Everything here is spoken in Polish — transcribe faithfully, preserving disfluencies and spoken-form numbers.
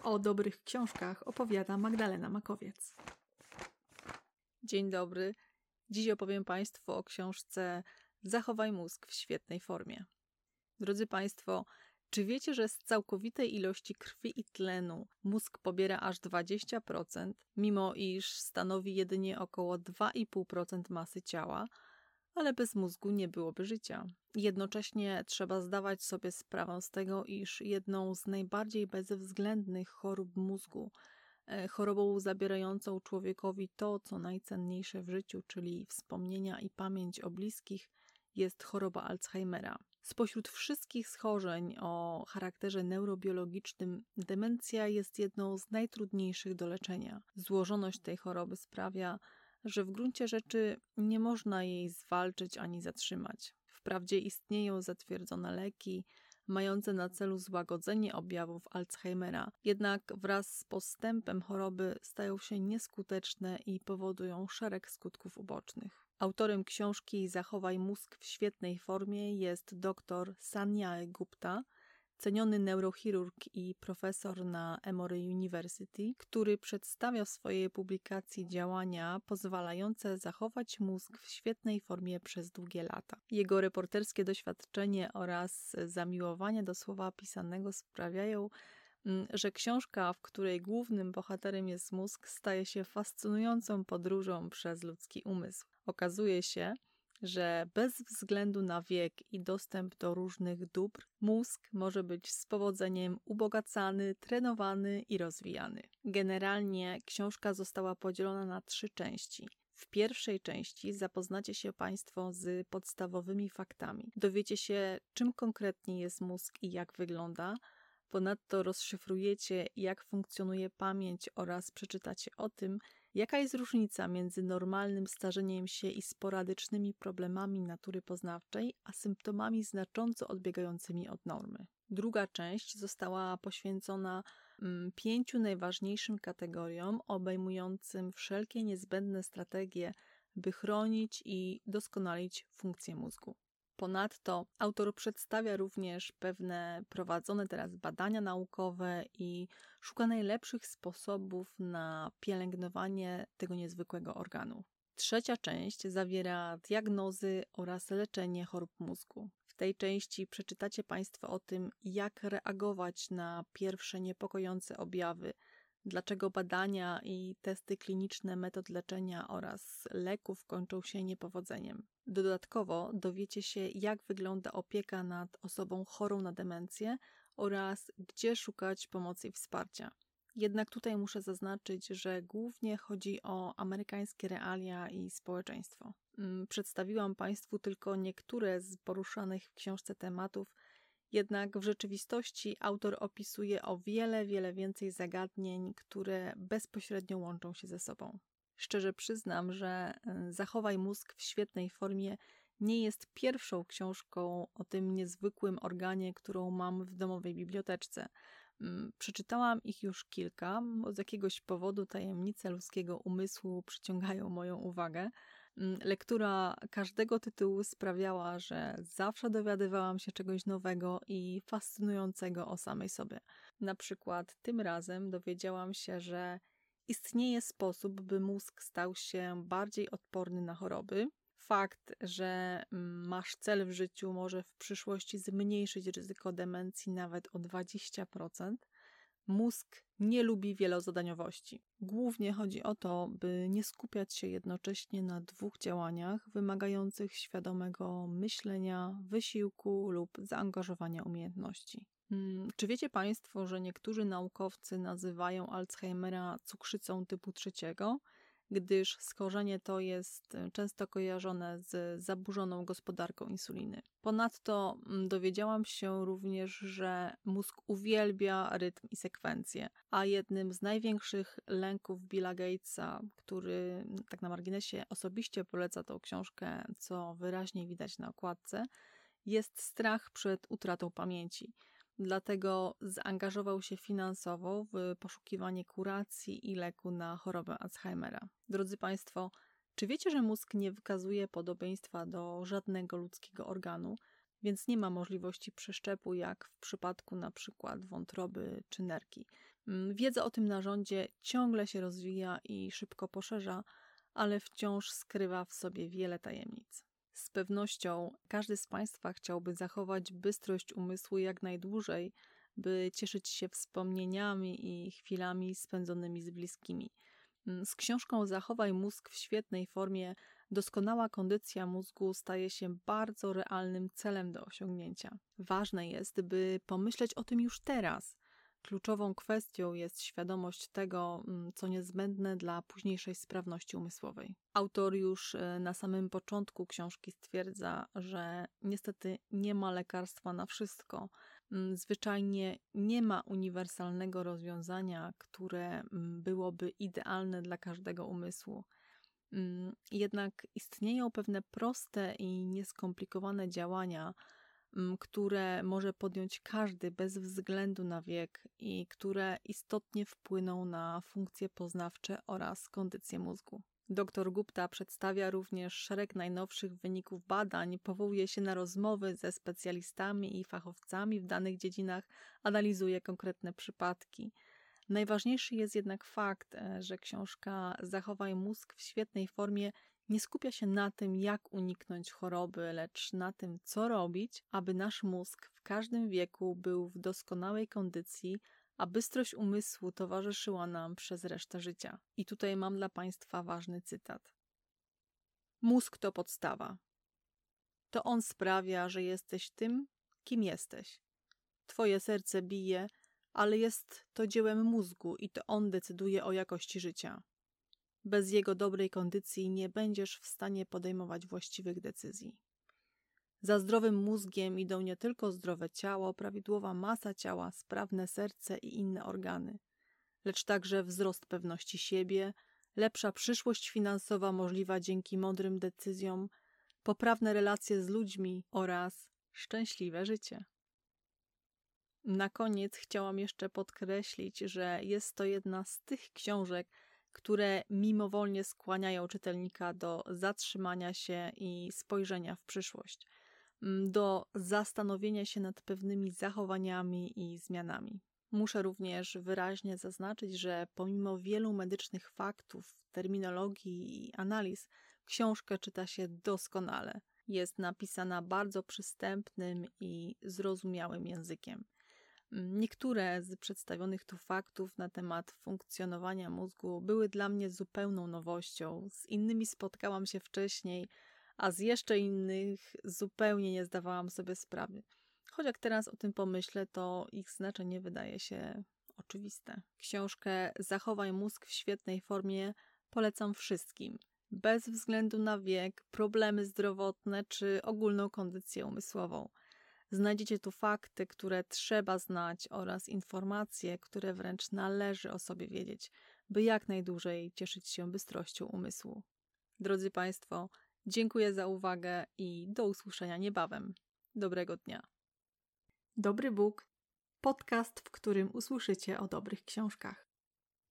O dobrych książkach opowiada Magdalena Makowiec. Dzień dobry. Dziś opowiem Państwu o książce Zachowaj mózg w świetnej formie. Drodzy Państwo, czy wiecie, że z całkowitej ilości krwi i tlenu mózg pobiera aż dwadzieścia procent, mimo iż stanowi jedynie około dwa i pół procent masy ciała, ale bez mózgu nie byłoby życia. Jednocześnie trzeba zdawać sobie sprawę z tego, iż jedną z najbardziej bezwzględnych chorób mózgu, chorobą zabierającą człowiekowi to, co najcenniejsze w życiu, czyli wspomnienia i pamięć o bliskich, jest choroba Alzheimera. Spośród wszystkich schorzeń o charakterze neurobiologicznym demencja jest jedną z najtrudniejszych do leczenia. Złożoność tej choroby sprawia, że w gruncie rzeczy nie można jej zwalczyć ani zatrzymać. Wprawdzie istnieją zatwierdzone leki mające na celu złagodzenie objawów Alzheimera, jednak wraz z postępem choroby stają się nieskuteczne i powodują szereg skutków ubocznych. Autorem książki Zachowaj mózg w świetnej formie jest dr Sanjay Gupta, ceniony neurochirurg i profesor na Emory University, który przedstawia w swojej publikacji działania pozwalające zachować mózg w świetnej formie przez długie lata. Jego reporterskie doświadczenie oraz zamiłowanie do słowa pisanego sprawiają, że książka, w której głównym bohaterem jest mózg, staje się fascynującą podróżą przez ludzki umysł. Okazuje się, że bez względu na wiek i dostęp do różnych dóbr, mózg może być z powodzeniem ubogacany, trenowany i rozwijany. Generalnie książka została podzielona na trzy części. W pierwszej części zapoznacie się Państwo z podstawowymi faktami. Dowiecie się, czym konkretnie jest mózg i jak wygląda. Ponadto rozszyfrujecie, jak funkcjonuje pamięć oraz przeczytacie o tym, jaka jest różnica między normalnym starzeniem się i sporadycznymi problemami natury poznawczej, a symptomami znacząco odbiegającymi od normy. Druga część została poświęcona mm, pięciu najważniejszym kategoriom, obejmującym wszelkie niezbędne strategie, by chronić i doskonalić funkcję mózgu. Ponadto autor przedstawia również pewne prowadzone teraz badania naukowe i szuka najlepszych sposobów na pielęgnowanie tego niezwykłego organu. Trzecia część zawiera diagnozy oraz leczenie chorób mózgu. W tej części przeczytacie Państwo o tym, jak reagować na pierwsze niepokojące objawy, dlaczego badania i testy kliniczne metod leczenia oraz leków kończą się niepowodzeniem. Dodatkowo dowiecie się, jak wygląda opieka nad osobą chorą na demencję oraz gdzie szukać pomocy i wsparcia. Jednak tutaj muszę zaznaczyć, że głównie chodzi o amerykańskie realia i społeczeństwo. Przedstawiłam Państwu tylko niektóre z poruszanych w książce tematów, jednak w rzeczywistości autor opisuje o wiele, wiele więcej zagadnień, które bezpośrednio łączą się ze sobą. Szczerze przyznam, że Zachowaj mózg w świetnej formie nie jest pierwszą książką o tym niezwykłym organie, którą mam w domowej biblioteczce. Przeczytałam ich już kilka, bo z jakiegoś powodu tajemnice ludzkiego umysłu przyciągają moją uwagę. Lektura każdego tytułu sprawiała, że zawsze dowiadywałam się czegoś nowego i fascynującego o samej sobie. Na przykład tym razem dowiedziałam się, że istnieje sposób, by mózg stał się bardziej odporny na choroby. Fakt, że masz cel w życiu może w przyszłości zmniejszyć ryzyko demencji nawet o dwadzieścia procent. Mózg nie lubi wielozadaniowości. Głównie chodzi o to, by nie skupiać się jednocześnie na dwóch działaniach wymagających świadomego myślenia, wysiłku lub zaangażowania umiejętności. Hmm, czy wiecie Państwo, że niektórzy naukowcy nazywają Alzheimera cukrzycą typu trzeciego? Gdyż schorzenie to jest często kojarzone z zaburzoną gospodarką insuliny. Ponadto dowiedziałam się również, że mózg uwielbia rytm i sekwencję, a jednym z największych lęków Billa Gatesa, który tak na marginesie osobiście poleca tą książkę, co wyraźnie widać na okładce, jest strach przed utratą pamięci. Dlatego zaangażował się finansowo w poszukiwanie kuracji i leku na chorobę Alzheimera. Drodzy Państwo, czy wiecie, że mózg nie wykazuje podobieństwa do żadnego ludzkiego organu, więc nie ma możliwości przeszczepu jak w przypadku na przykład wątroby czy nerki. Wiedza o tym narządzie ciągle się rozwija i szybko poszerza, ale wciąż skrywa w sobie wiele tajemnic. Z pewnością każdy z Państwa chciałby zachować bystrość umysłu jak najdłużej, by cieszyć się wspomnieniami i chwilami spędzonymi z bliskimi. Z książką Zachowaj mózg w świetnej formie doskonała kondycja mózgu staje się bardzo realnym celem do osiągnięcia. Ważne jest, by pomyśleć o tym już teraz. Kluczową kwestią jest świadomość tego, co niezbędne dla późniejszej sprawności umysłowej. Autor już na samym początku książki stwierdza, że niestety nie ma lekarstwa na wszystko. Zwyczajnie nie ma uniwersalnego rozwiązania, które byłoby idealne dla każdego umysłu. Jednak istnieją pewne proste i nieskomplikowane działania, które może podjąć każdy bez względu na wiek i które istotnie wpłyną na funkcje poznawcze oraz kondycję mózgu. Doktor Gupta przedstawia również szereg najnowszych wyników badań, powołuje się na rozmowy ze specjalistami i fachowcami w danych dziedzinach, analizuje konkretne przypadki. Najważniejszy jest jednak fakt, że książka Zachowaj mózg w świetnej formie nie skupia się na tym, jak uniknąć choroby, lecz na tym, co robić, aby nasz mózg w każdym wieku był w doskonałej kondycji, a bystrość umysłu towarzyszyła nam przez resztę życia. I tutaj mam dla Państwa ważny cytat. Mózg to podstawa. To on sprawia, że jesteś tym, kim jesteś. Twoje serce bije, ale jest to dziełem mózgu i to on decyduje o jakości życia. Bez jego dobrej kondycji nie będziesz w stanie podejmować właściwych decyzji. Za zdrowym mózgiem idą nie tylko zdrowe ciało, prawidłowa masa ciała, sprawne serce i inne organy, lecz także wzrost pewności siebie, lepsza przyszłość finansowa możliwa dzięki mądrym decyzjom, poprawne relacje z ludźmi oraz szczęśliwe życie. Na koniec chciałam jeszcze podkreślić, że jest to jedna z tych książek, które mimowolnie skłaniają czytelnika do zatrzymania się i spojrzenia w przyszłość, do zastanowienia się nad pewnymi zachowaniami i zmianami. Muszę również wyraźnie zaznaczyć, że pomimo wielu medycznych faktów, terminologii i analiz, książkę czyta się doskonale. Jest napisana bardzo przystępnym i zrozumiałym językiem. Niektóre z przedstawionych tu faktów na temat funkcjonowania mózgu były dla mnie zupełną nowością. Z innymi spotkałam się wcześniej, a z jeszcze innych zupełnie nie zdawałam sobie sprawy. Choć jak teraz o tym pomyślę, to ich znaczenie wydaje się oczywiste. Książkę Zachowaj mózg w świetnej formie polecam wszystkim, bez względu na wiek, problemy zdrowotne czy ogólną kondycję umysłową. Znajdziecie tu fakty, które trzeba znać oraz informacje, które wręcz należy o sobie wiedzieć, by jak najdłużej cieszyć się bystrością umysłu. Drodzy Państwo, dziękuję za uwagę i do usłyszenia niebawem. Dobrego dnia. Dobry Bóg. Podcast, w którym usłyszycie o dobrych książkach.